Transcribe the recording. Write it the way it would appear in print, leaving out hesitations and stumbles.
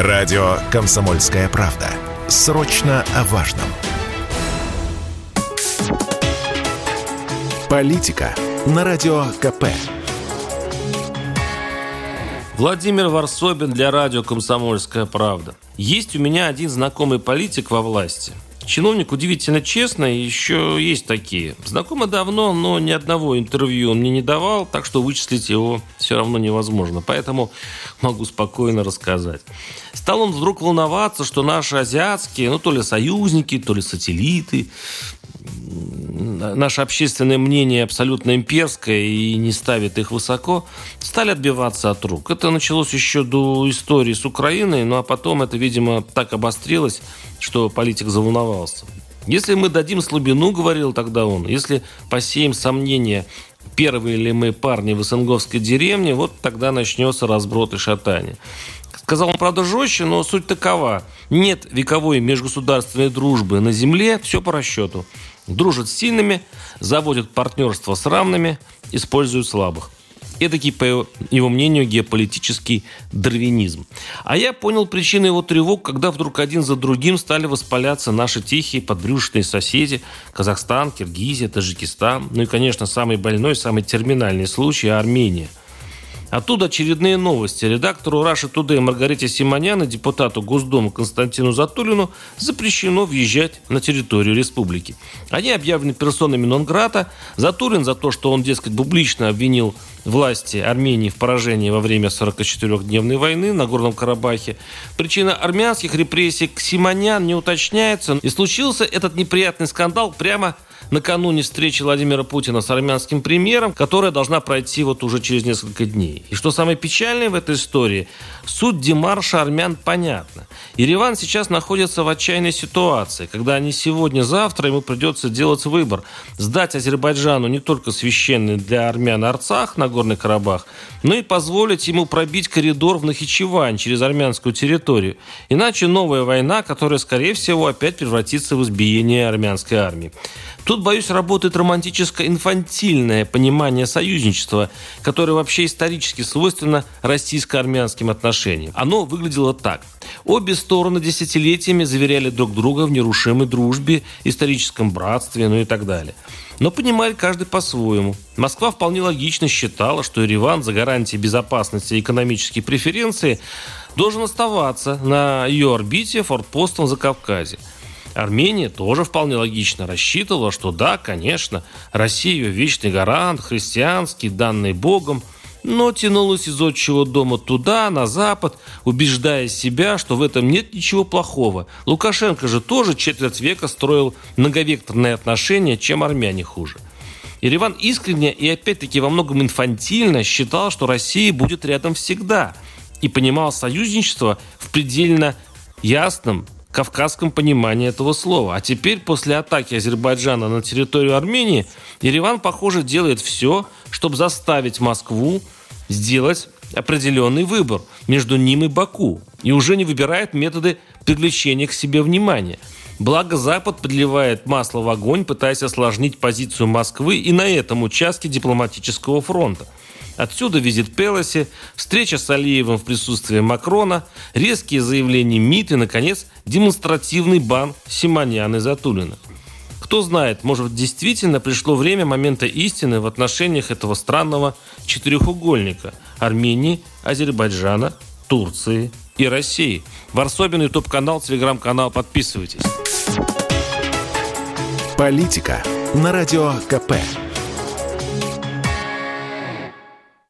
Радио «Комсомольская правда». Срочно о важном. Политика на Радио КП. Владимир Варсобин для радио «Комсомольская правда». Есть у меня один знакомый политик во власти. Чиновник удивительно честный, еще есть такие. Знакомы давно, но ни одного интервью он мне не давал, так что вычислить его все равно невозможно. Поэтому могу спокойно рассказать. Стал он вдруг волноваться, что наши азиатские, то ли союзники, то ли сателлиты, наше общественное мнение абсолютно имперское и не ставит их высоко, стали отбиваться от рук. Это началось еще до истории с Украиной, а потом это, видимо, так обострилось, что политик заволновался. Если мы дадим слабину, говорил тогда он, если посеем сомнения, первые ли мы парни в СНГовской деревне, вот тогда начнется разброд и шатание. Сказал он, правда, жестче, но суть такова. Нет вековой межгосударственной дружбы на земле, все по расчету. Дружат с сильными, заводят партнерство с равными, используют слабых. Эдакий, по его мнению, геополитический дарвинизм. А я понял причину его тревог, когда вдруг один за другим стали воспаляться наши тихие подбрюшные соседи. Казахстан, Киргизия, Таджикистан. И, конечно, самый больной, самый терминальный случай – Армения. Оттуда очередные новости. Редактору Russia Today Маргарите Симонян и депутату Госдумы Константину Затулину запрещено въезжать на территорию республики. Они объявлены персонами нон-грата. Затулин за то, что он, дескать, публично обвинил власти Армении в поражении во время 44-дневной войны на Горном Карабахе. Причина армянских репрессий к Симонян не уточняется. И случился этот неприятный скандал прямо накануне встречи Владимира Путина с армянским премьером, которая должна пройти уже через несколько дней. И что самое печальное в этой истории, суть демарша армян понятна. Ереван сейчас находится в отчаянной ситуации, когда не сегодня-завтра ему придется делать выбор. Сдать Азербайджану не только священный для армян Арцах, Нагорный Карабах, но и позволить ему пробить коридор в Нахичевань через армянскую территорию. Иначе новая война, которая, скорее всего, опять превратится в избиение армянской армии. Тут, боюсь, работает романтическо-инфантильное понимание союзничества, которое вообще исторически свойственно российско-армянским отношениям. Оно выглядело так. Обе стороны десятилетиями заверяли друг друга в нерушимой дружбе, историческом братстве, и так далее. Но понимали каждый по-своему. Москва вполне логично считала, что Ереван за гарантией безопасности и экономические преференции должен оставаться на ее орбите форпостом в Закавказье. Армения тоже вполне логично рассчитывала, что да, конечно, Россия ее вечный гарант, христианский, данный Богом, но тянулась из отчего дома туда, на запад, убеждая себя, что в этом нет ничего плохого. Лукашенко же тоже четверть века строил многовекторные отношения, чем армяне хуже. Ереван искренне и опять-таки во многом инфантильно считал, что Россия будет рядом всегда, и понимал союзничество в предельно ясном кавказском понимании этого слова. А теперь, после атаки Азербайджана на территорию Армении, Ереван, похоже, делает все, чтобы заставить Москву сделать определенный выбор между ним и Баку. И уже не выбирает методы привлечения к себе внимания. Благо, Запад подливает масло в огонь, пытаясь осложнить позицию Москвы и на этом участке дипломатического фронта. Отсюда визит Пелоси, встреча с Алиевым в присутствии Макрона, резкие заявления МИД и, наконец, демонстративный бан Симонян и Затулина. Кто знает, может, действительно пришло время момента истины в отношениях этого странного четырехугольника – Армении, Азербайджана, Турции и России. Варсобин, YouTube-канал, Телеграм-канал. Подписывайтесь. Политика на Радио КП.